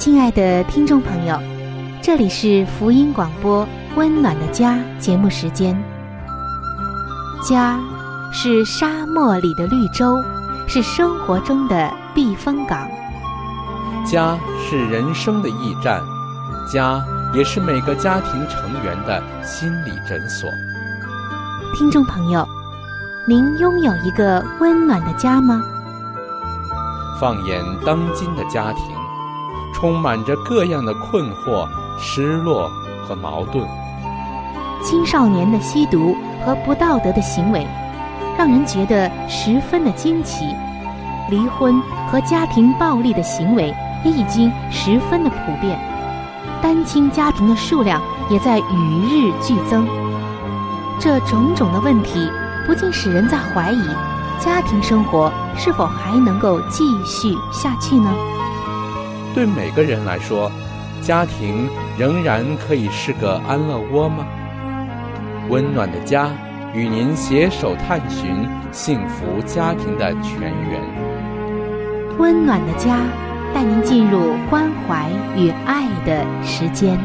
亲爱的听众朋友，这里是福音广播温暖的家节目时间。家是沙漠里的绿洲，是生活中的避风港。 家是人生的驿站，家也是每个家庭成员的心理诊所。 听众朋友，您拥有一个温暖的家吗？ 放眼当今的家庭，充满着各样的困惑、失落和矛盾。 青少年的吸毒和不道德的行为，让人觉得十分的惊奇。离婚和家庭暴力的行为也已经十分的普遍，单亲家庭的数量也在与日俱增。这种种的问题，不禁使人在怀疑，家庭生活是否还能够继续下去呢？ 对每个人来说，家庭仍然可以是个安乐窝吗？温暖的家与您携手探寻幸福家庭的泉源。 温暖的家带您进入关怀与爱的时间。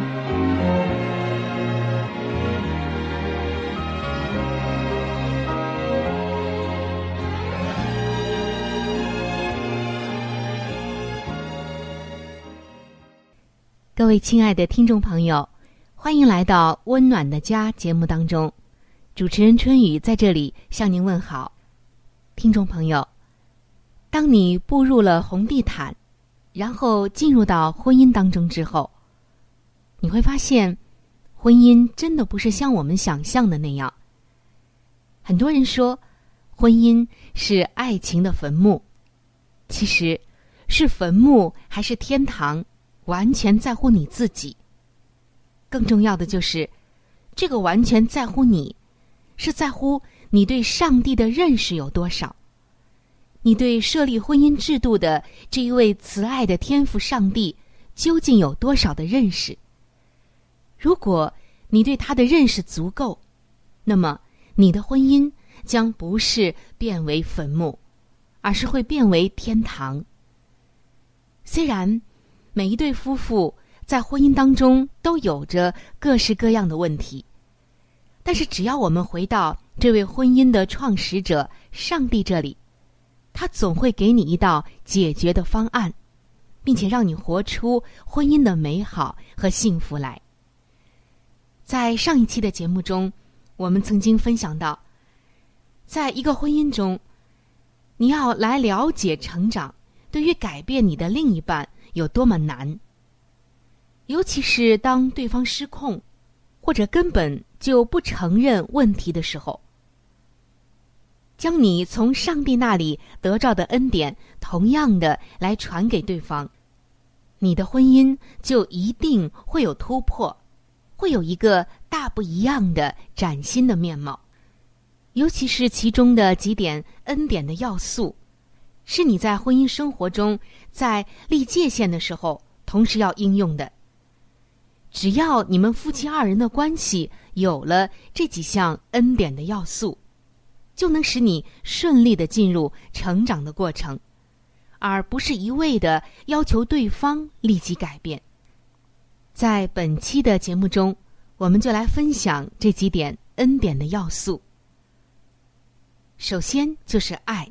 各位亲爱的听众朋友，欢迎来到温暖的家节目当中，主持人春雨在这里向您问好。听众朋友，当你步入了红地毯，然后进入到婚姻当中之后，你会发现婚姻真的不是像我们想象的那样。很多人说婚姻是爱情的坟墓，其实是坟墓还是天堂，完全在乎你自己。更重要的就是，这个完全在乎你，是在乎你对上帝的认识有多少，你对设立婚姻制度的这一位慈爱的天父上帝究竟有多少的认识。如果你对他的认识足够，那么你的婚姻将不是变为坟墓，而是会变为天堂。虽然每一对夫妇在婚姻当中都有着各式各样的问题，但是只要我们回到这位婚姻的创始者上帝这里，他总会给你一道解决的方案，并且让你活出婚姻的美好和幸福来。在上一期的节目中，我们曾经分享到，在一个婚姻中，你要来了解成长，对于改变你的另一半有多么难，尤其是当对方失控，或者根本就不承认问题的时候。将你从上帝那里得到的恩典同样的来传给对方，你的婚姻就一定会有突破，会有一个大不一样的崭新的面貌。尤其是其中的几点恩典的要素，是你在婚姻生活中在立界限的时候同时要应用的。只要你们夫妻二人的关系有了这几项恩典的要素，就能使你顺利地进入成长的过程，而不是一味地要求对方立即改变。在本期的节目中，我们就来分享这几点恩典的要素。首先就是爱。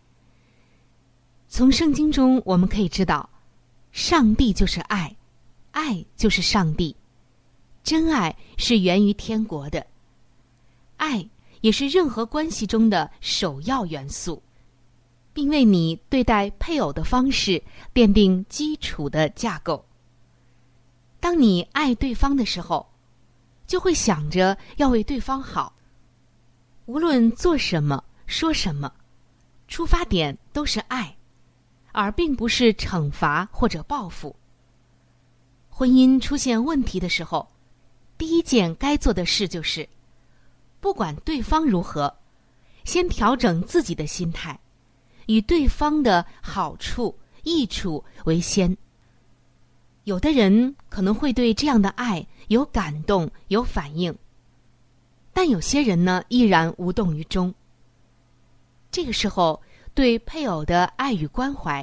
从圣经中我们可以知道，上帝就是爱，爱就是上帝，真爱是源于天国的，爱也是任何关系中的首要元素，并为你对待配偶的方式奠定基础的架构。当你爱对方的时候，就会想着要为对方好，无论做什么说什么，出发点都是爱，而并不是惩罚或者报复。婚姻出现问题的时候，第一件该做的事就是，不管对方如何，先调整自己的心态，以对方的好处、益处为先。有的人可能会对这样的爱有感动、有反应，但有些人呢，依然无动于衷。这个时候，对配偶的爱与关怀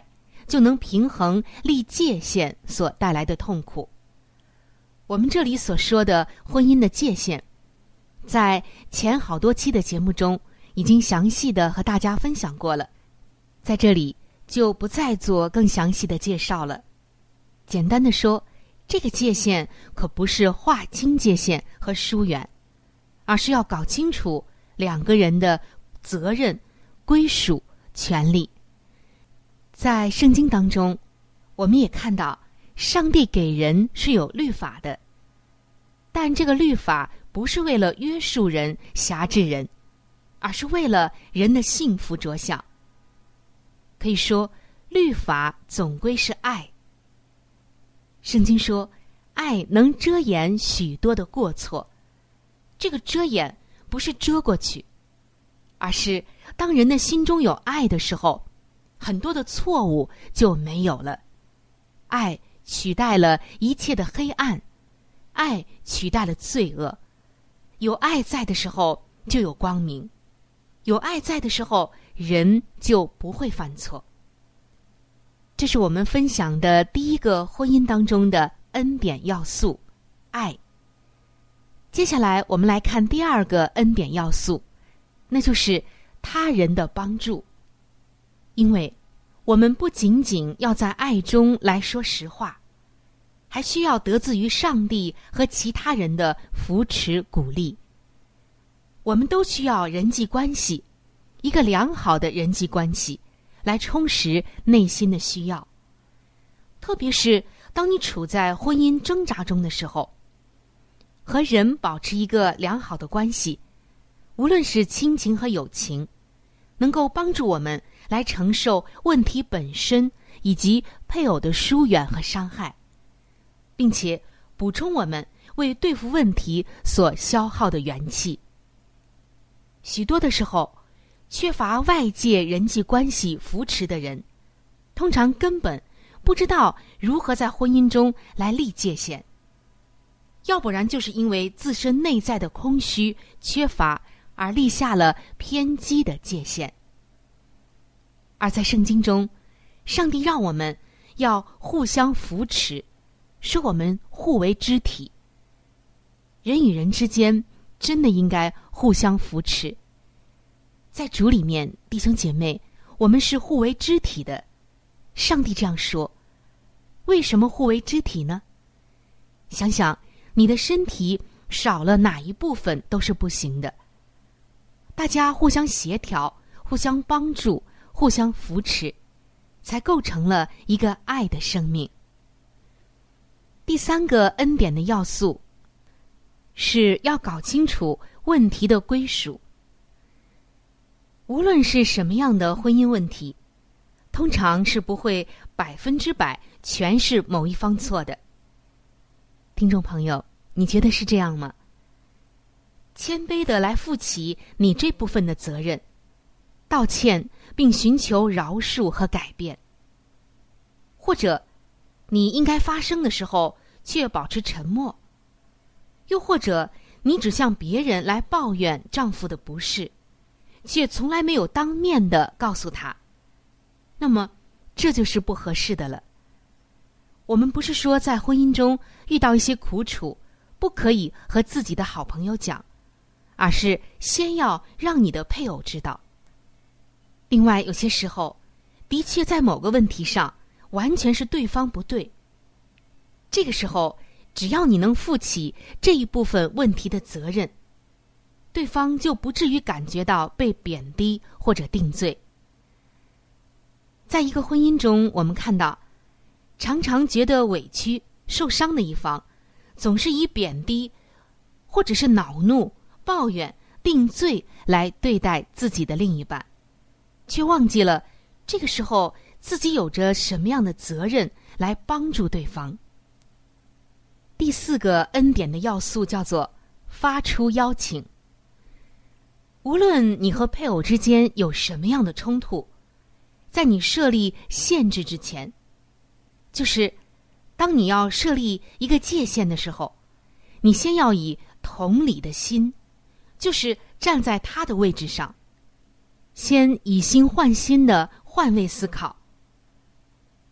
就能平衡立界限所带来的痛苦。我们这里所说的婚姻的界限，在前好多期的节目中已经详细的和大家分享过了，在这里就不再做更详细的介绍了。简单的说，这个界限可不是划清界限和疏远，而是要搞清楚两个人的责任、归属、权利。在圣经当中，我们也看到上帝给人是有律法的，但这个律法不是为了约束人、辖制人，而是为了人的幸福着想。可以说，律法总归是爱。圣经说，爱能遮掩许多的过错。这个遮掩不是遮过去，而是当人的心中有爱的时候，很多的错误就没有了。爱取代了一切的黑暗，爱取代了罪恶。有爱在的时候就有光明，有爱在的时候人就不会犯错。这是我们分享的第一个婚姻当中的恩典要素，爱。接下来我们来看第二个恩典要素，那就是他人的帮助。因为我们不仅仅要在爱中来说实话，还需要得自于上帝和其他人的扶持鼓励。我们都需要人际关系，一个良好的人际关系来充实内心的需要。特别是当你处在婚姻挣扎中的时候，和人保持一个良好的关系，无论是亲情和友情，能够帮助我们来承受问题本身以及配偶的疏远和伤害，并且补充我们为对付问题所消耗的元气。许多的时候，缺乏外界人际关系扶持的人，通常根本不知道如何在婚姻中来立界限，要不然就是因为自身内在的空虚缺乏而立下了偏激的界限。而在圣经中，上帝让我们要互相扶持，使我们互为肢体。人与人之间真的应该互相扶持。在主里面，弟兄姐妹，我们是互为肢体的。上帝这样说，为什么互为肢体呢？想想你的身体少了哪一部分都是不行的。大家互相协调，互相帮助，互相扶持，才构成了一个爱的生命。第三个恩典的要素是要搞清楚问题的归属。无论是什么样的婚姻问题，通常是不会100%全是某一方错的。听众朋友，你觉得是这样吗？谦卑地来负起你这部分的责任，道歉并寻求饶恕和改变。或者你应该发声的时候却保持沉默，又或者你只向别人来抱怨丈夫的不是，却从来没有当面的告诉他，那么这就是不合适的了。我们不是说在婚姻中遇到一些苦楚不可以和自己的好朋友讲，而是先要让你的配偶知道。另外有些时候的确在某个问题上完全是对方不对，这个时候只要你能负起这一部分问题的责任，对方就不至于感觉到被贬低或者定罪。在一个婚姻中，我们看到常常觉得委屈受伤的一方总是以贬低或者是恼怒、抱怨、定罪来对待自己的另一半，却忘记了这个时候自己有着什么样的责任来帮助对方。第四个恩典的要素叫做发出邀请。无论你和配偶之间有什么样的冲突，在你设立限制之前，就是当你要设立一个界限的时候，你先要以同理的心，就是站在他的位置上，先以心换心的换位思考。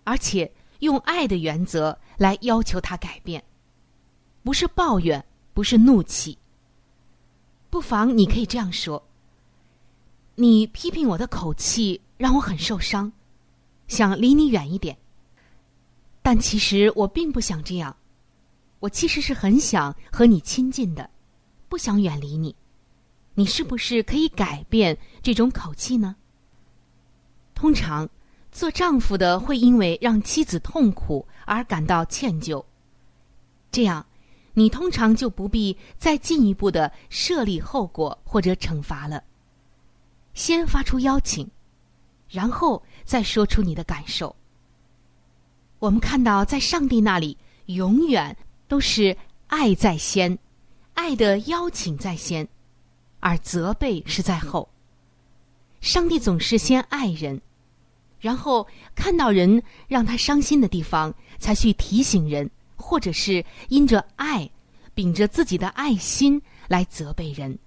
而且用爱的原则来要求他改变，不是抱怨，不是怒气。不妨你可以这样说：你批评我的口气让我很受伤，想离你远一点。但其实我并不想这样，我其实是很想和你亲近的，不想远离你。你是不是可以改变这种口气呢？通常做丈夫的会因为让妻子痛苦而感到歉疚，这样你通常就不必再进一步的设立后果或者惩罚了。先发出邀请，然后再说出你的感受。我们看到在上帝那里永远都是爱在先，爱的邀请在先，而责备是在后。上帝总是先爱人，然后看到人让他伤心的地方，才去提醒人，或者是因着爱，秉着自己的爱心来责备人。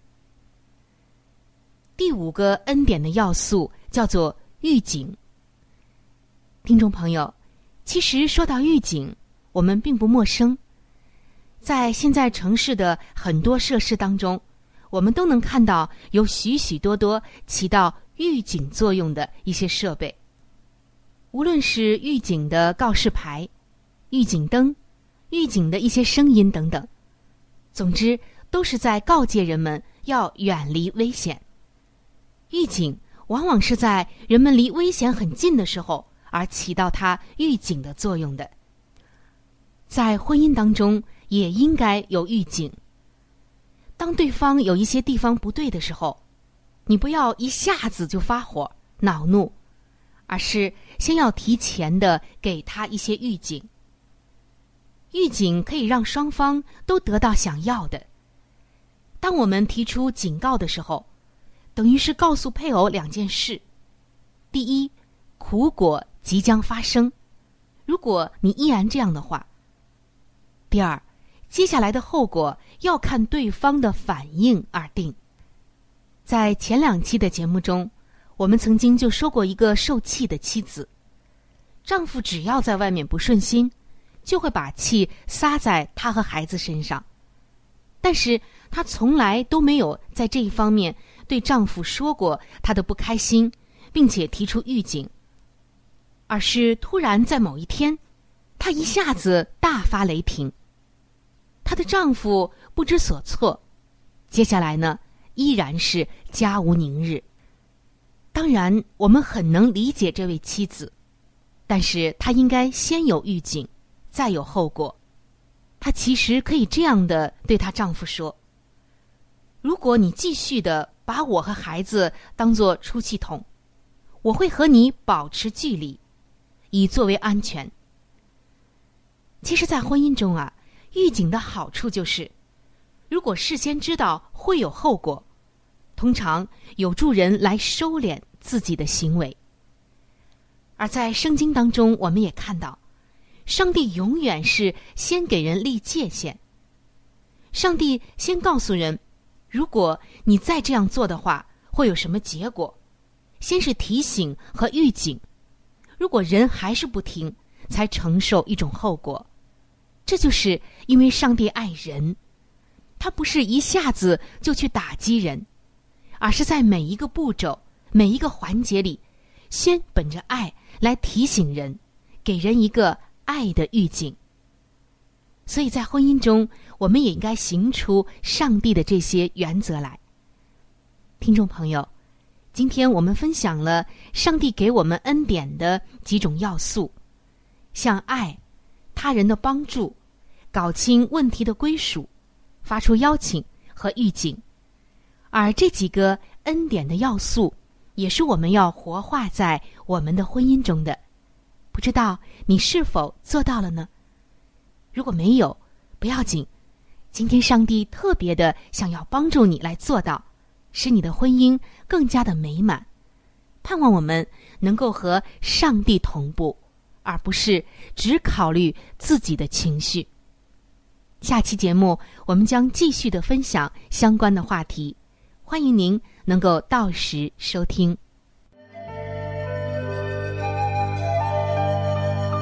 第5个恩典的要素叫做预警。听众朋友，其实说到预警，我们并不陌生。在现在城市的很多设施当中，我们都能看到有许许多多起到预警作用的一些设备。无论是预警的告示牌、预警灯、预警的一些声音等等，总之都是在告诫人们要远离危险。预警往往是在人们离危险很近的时候而起到它预警的作用的。在婚姻当中也应该有预警。当对方有一些地方不对的时候，你不要一下子就发火恼怒，而是先要提前的给他一些预警。预警可以让双方都得到想要的。当我们提出警告的时候，等于是告诉配偶2件事。第一，苦果即将发生，如果你依然这样的话。第二，接下来的后果要看对方的反应而定。在前2期的节目中，我们曾经就说过一个受气的妻子，丈夫只要在外面不顺心，就会把气撒在他和孩子身上，但是她从来都没有在这一方面对丈夫说过她的不开心，并且提出预警，而是突然在某一天，她一下子大发雷霆。她的丈夫不知所措，接下来呢，依然是家无宁日。当然，我们很能理解这位妻子，但是她应该先有预警，再有后果。她其实可以这样的对她丈夫说：如果你继续的把我和孩子当作出气筒，我会和你保持距离，以作为安全。其实在婚姻中啊，预警的好处就是，如果事先知道会有后果，通常有助人来收敛自己的行为。而在圣经当中，我们也看到，上帝永远是先给人立界限。上帝先告诉人，如果你再这样做的话，会有什么结果？先是提醒和预警，如果人还是不听，才承受一种后果。这就是因为上帝爱人，他不是一下子就去打击人，而是在每一个步骤、每一个环节里，先本着爱来提醒人，给人一个爱的预警。所以在婚姻中，我们也应该行出上帝的这些原则来。听众朋友，今天我们分享了上帝给我们恩典的几种要素，像爱、他人的帮助、搞清问题的归属、发出邀请和预警。而这几个恩典的要素，也是我们要活化在我们的婚姻中的。不知道你是否做到了呢？如果没有，不要紧，今天上帝特别的想要帮助你来做到，使你的婚姻更加的美满。盼望我们能够和上帝同步，而不是只考虑自己的情绪。下期节目我们将继续的分享相关的话题，欢迎您能够到时收听。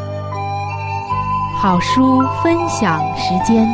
好书分享时间。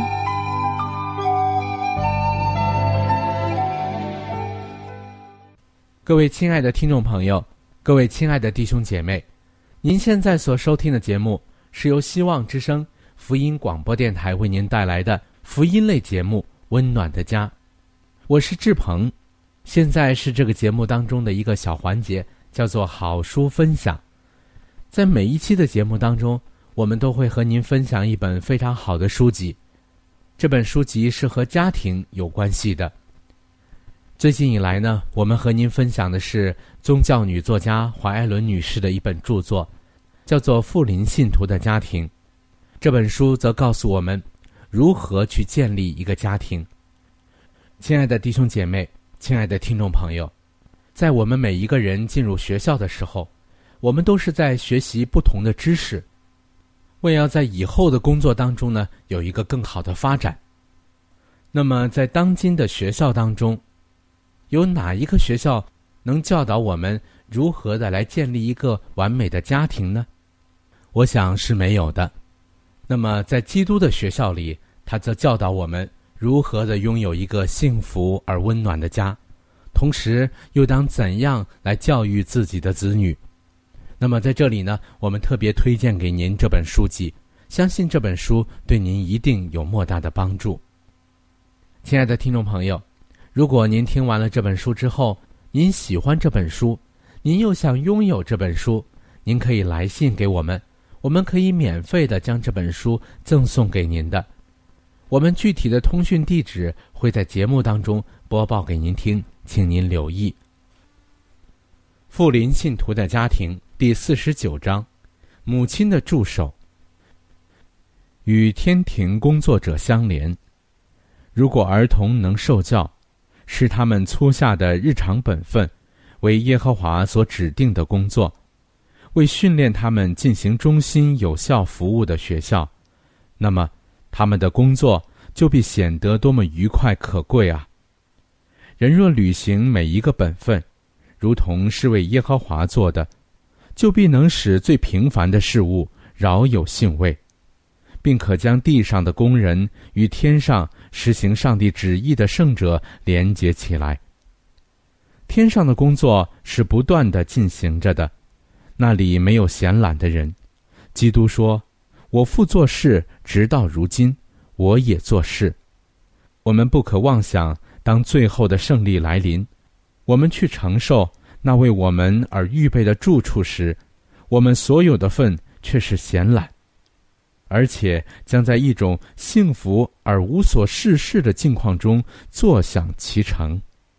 各位亲爱的听众朋友，各位亲爱的弟兄姐妹，您现在所收听的节目是由希望之声福音广播电台为您带来的福音类节目《温暖的家》，我是志鹏。现在是这个节目当中的一个小环节，叫做好书分享。在每一期的节目当中，我们都会和您分享一本非常好的书籍，这本书籍是和家庭有关系的。最近以来呢，我们和您分享的是宗教女作家怀艾伦女士的一本著作，叫做《富林信徒的家庭》。这本书则告诉我们如何去建立一个家庭。亲爱的弟兄姐妹，亲爱的听众朋友，在我们每一个人进入学校的时候，我们都是在学习不同的知识，为要在以后的工作当中呢，有一个更好的发展。那么在当今的学校当中，有哪一个学校能教导我们如何的来建立一个完美的家庭呢？我想是没有的。那么在基督的学校里，他则教导我们如何的拥有一个幸福而温暖的家，同时又当怎样来教育自己的子女。那么在这里呢，我们特别推荐给您这本书籍，相信这本书对您一定有莫大的帮助。亲爱的听众朋友，如果您听完了这本书之后，您喜欢这本书，您又想拥有这本书，您可以来信给我们，我们可以免费的将这本书赠送给您的。我们具体的通讯地址会在节目当中播报给您听，请您留意。富林信徒的家庭第49章，母亲的助手。与天庭工作者相连，如果儿童能受教，是他们粗下的日常本分，为耶和华所指定的工作，为训练他们进行忠心有效服务的学校，那么他们的工作就必显得多么愉快可贵啊！人若履行每一个本分，如同是为耶和华做的，就必能使最平凡的事物饶有兴味，并可将地上的工人与天上实行上帝旨意的圣者连结起来。天上的工作是不断地进行着的，那里没有闲懒的人。基督说，我父做事直到如今，我也做事。我们不可妄想，当最后的胜利来临，我们去承受那为我们而预备的住处时，我们所有的份却是闲懒，而且将在一种幸福而无所事事的境况中坐享其成。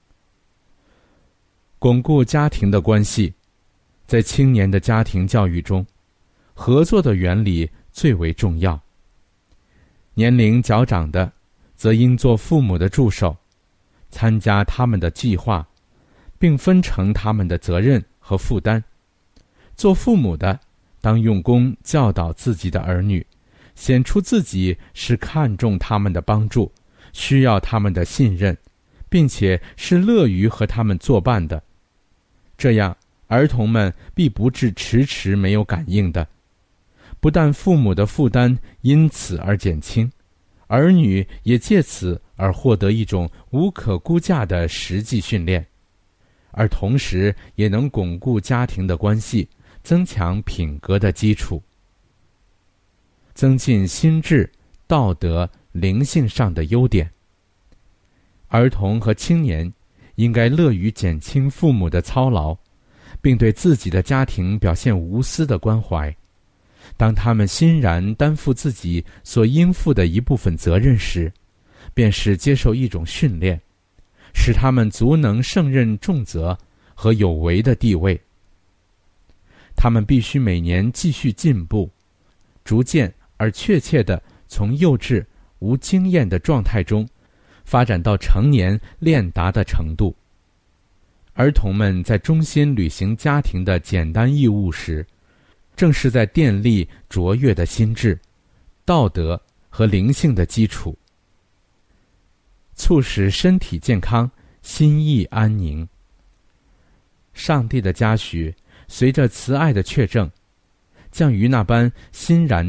巩固家庭的关系，在青年的家庭教育中，合作的原理最为重要。年龄较长的，则应做父母的助手，参加他们的计划，并分成他们的责任和负担。做父母的，当用功教导自己的儿女，显出自己是看重他们的帮助，需要他们的信任，并且是乐于和他们作伴的。这样，儿童们必不致迟迟没有感应的。不但父母的负担因此而减轻，儿女也借此而获得一种无可估价的实际训练，而同时也能巩固家庭的关系，增强品格的基础，增进心智、道德、灵性上的优点。儿童和青年应该乐于减轻父母的操劳，并对自己的家庭表现无私的关怀。当他们欣然担负自己所应负的一部分责任时，便是接受一种训练，使他们足能胜任重责和有为的地位。他们必须每年继续进步，逐渐而确切地从幼稚无经验的状态中发展到成年练达的程度。儿童们在忠心履行家庭的简单义务时，正是在奠立卓越的心智、道德和灵性的基础，促使身体健康、心意安宁。上帝的嘉许随着慈爱的确证，降于那般欣然地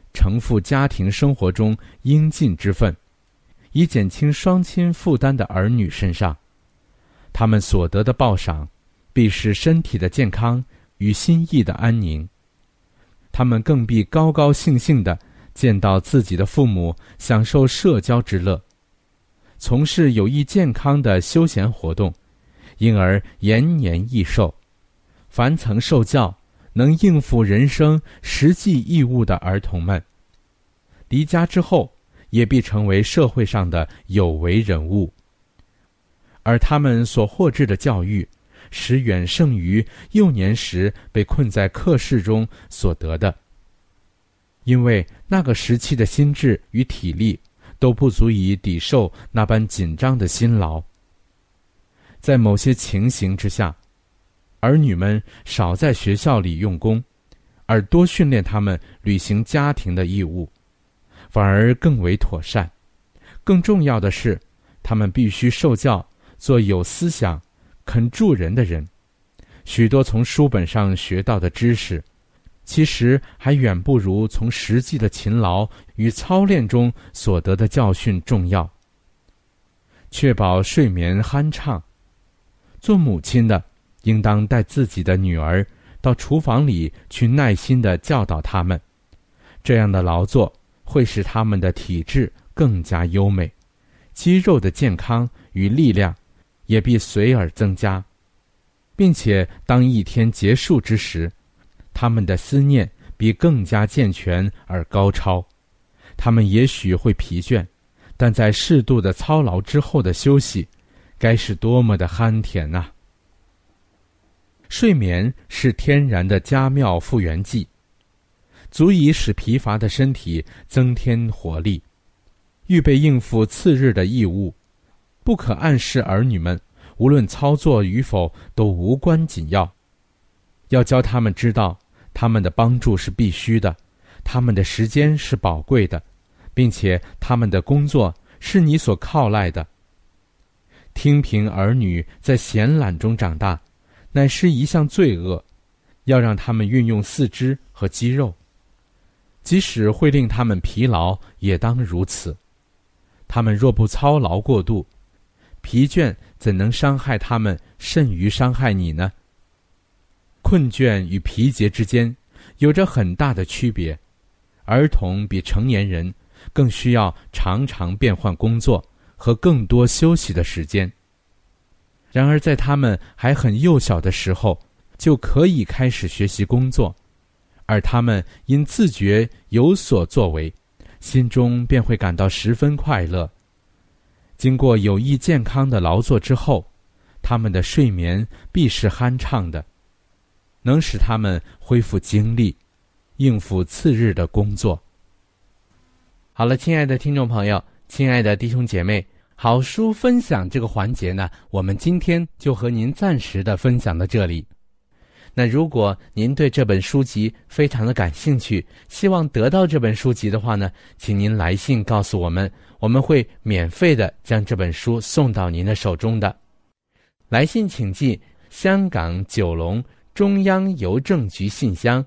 承负家庭生活中应尽之分，以减轻双亲负担的儿女身上，他们所得的报赏必是身体的健康与心意的安宁。他们更必高高兴兴地见到自己的父母享受社交之乐，从事有益健康的休闲活动，因而延年益寿。凡曾受教能应付人生实际义务的儿童们，离家之后也必成为社会上的有为人物，而他们所获致的教育实远胜于幼年时被困在课室中所得的，因为那个时期的心智与体力都不足以抵受那般紧张的辛劳。在某些情形之下，儿女们少在学校里用功，而多训练他们履行家庭的义务，反而更为妥善。更重要的是，他们必须受教做有思想、肯助人的人。许多从书本上学到的知识，其实还远不如从实际的勤劳与操练中所得的教训重要。确保睡眠酣畅，做母亲的应当带自己的女儿到厨房里去，耐心地教导他们。这样的劳作会使他们的体质更加优美，肌肉的健康与力量也必随而增加，并且当一天结束之时，他们的思念必更加健全而高超。他们也许会疲倦，但在适度的操劳之后的休息，该是多么的酣甜啊！睡眠是天然的佳妙复原剂，足以使疲乏的身体增添活力，预备应付次日的义务。不可暗示儿女们，无论操作与否都无关紧要，要教他们知道，他们的帮助是必须的，他们的时间是宝贵的，并且他们的工作是你所靠赖的。听凭儿女在闲懒中长大，乃是一项罪恶，要让他们运用四肢和肌肉，即使会令他们疲劳，也当如此。他们若不操劳过度，疲倦怎能伤害他们甚于伤害你呢？困倦与疲竭之间有着很大的区别，儿童比成年人更需要常常变换工作和更多休息的时间。然而在他们还很幼小的时候，就可以开始学习工作，而他们因自觉有所作为，心中便会感到十分快乐。经过有益健康的劳作之后，他们的睡眠必是酣畅的，能使他们恢复精力，应付次日的工作。好了，亲爱的听众朋友，亲爱的弟兄姐妹，好书分享这个环节呢，我们今天就和您暂时的分享到这里。那如果您对这本书籍非常的感兴趣，希望得到这本书籍的话呢，请您来信告诉我们，我们会免费的将这本书送到您的手中的。来信请寄香港九龙中央邮政局信箱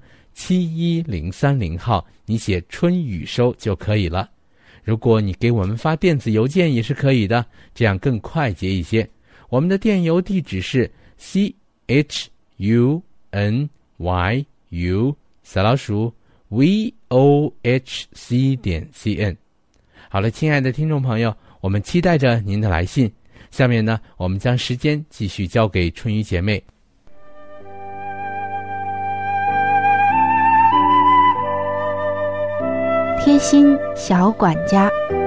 71030号，你写春雨收就可以了。如果你给我们发电子邮件也是可以的，这样更快捷一些。我们的电邮地址是 CHUNYU vohc.cn。 好了，亲爱的听众朋友，我们期待着您的来信。下面呢，我们将时间继续交给春雨姐妹。 贴心小管家，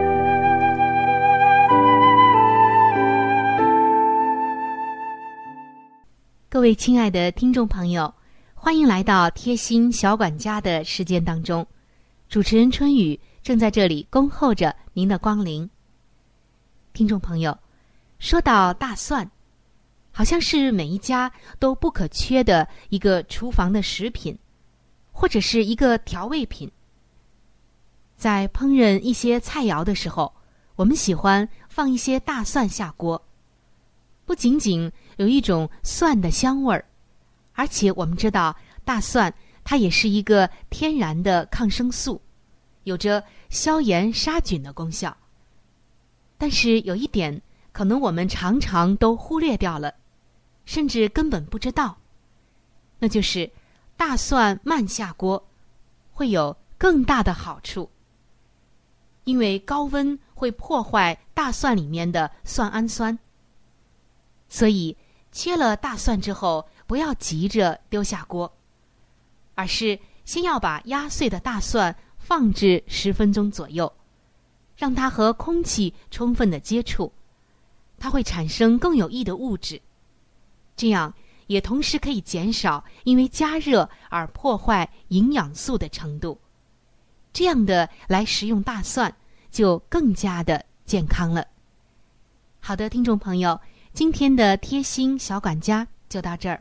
各位亲爱的听众朋友，欢迎来到贴心小管家的时间当中。主持人春雨正在这里恭候着您的光临。听众朋友，说到大蒜，好像是每一家都不可缺的一个厨房的食品，或者是一个调味品。在烹饪一些菜肴的时候，我们喜欢放一些大蒜下锅，不仅仅有一种蒜的香味儿，而且我们知道大蒜它也是一个天然的抗生素， 有着消炎杀菌的功效。但是有一点，可能我们常常都忽略掉了，甚至根本不知道，那就是大蒜慢下锅会有更大的好处。因为高温会破坏大蒜里面的蒜氨酸，所以切了大蒜之后，不要急着丢下锅，而是先要把压碎的大蒜放置10分钟左右，让它和空气充分的接触，它会产生更有益的物质，这样也同时可以减少因为加热而破坏营养素的程度。这样的来食用大蒜就更加的健康了。好的，听众朋友，今天的贴心小管家就到这儿。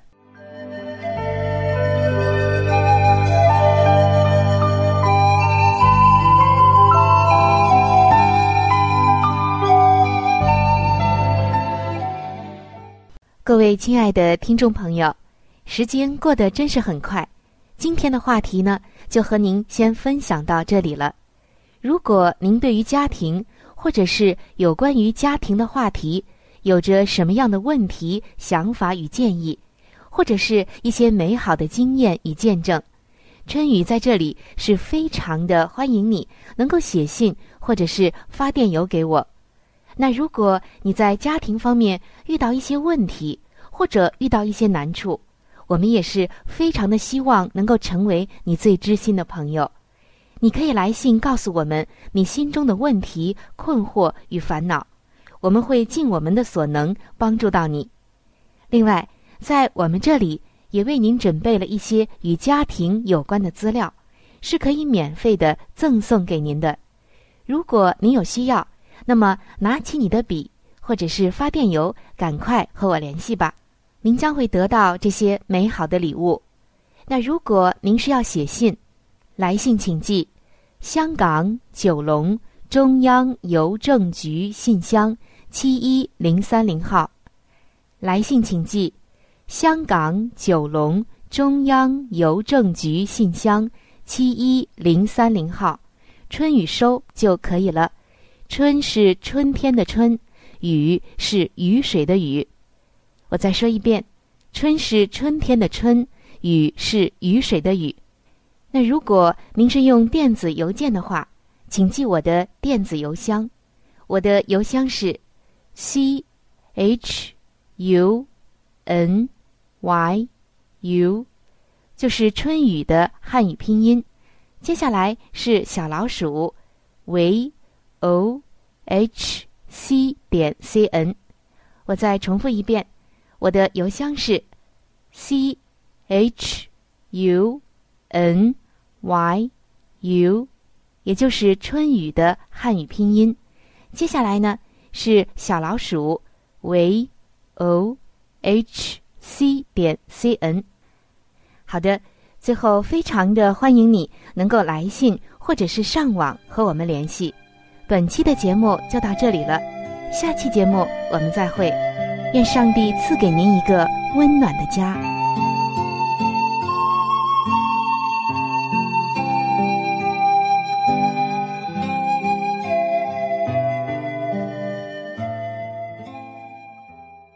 各位亲爱的听众朋友，时间过得真是很快，今天的话题呢，就和您先分享到这里了。如果您对于家庭或者是有关于家庭的话题有着什么样的问题、想法与建议，或者是一些美好的经验与见证，春雨在这里是非常的欢迎你能够写信或者是发电邮给我。那如果你在家庭方面遇到一些问题，或者遇到一些难处，我们也是非常的希望能够成为你最知心的朋友。你可以来信告诉我们你心中的问题、困惑与烦恼，我们会尽我们的所能帮助到你。另外，在我们这里也为您准备了一些与家庭有关的资料，是可以免费的赠送给您的。如果您有需要，那么拿起你的笔或者是发电邮，赶快和我联系吧，您将会得到这些美好的礼物。那如果您是要写信，来信请寄香港九龙中央邮政局信箱71030号。来信请寄香港九龙中央邮政局信箱71030号，春雨收就可以了。春是春天的春，雨是雨水的雨。我再说一遍，春是春天的春，雨是雨水的雨。那如果您是用电子邮件的话，请记我的电子邮箱，我的邮箱是 CHUNYU， 就是春雨的汉语拼音，接下来是小老鼠vohc.cn。 我再重复一遍，我的邮箱是 CHUNYU， 也就是春雨的汉语拼音，接下来呢是小老鼠vohc.cn。 好的，最后非常的欢迎你能够来信或者是上网和我们联系。本期的节目就到这里了，下期节目我们再会。愿上帝赐给您一个温暖的家。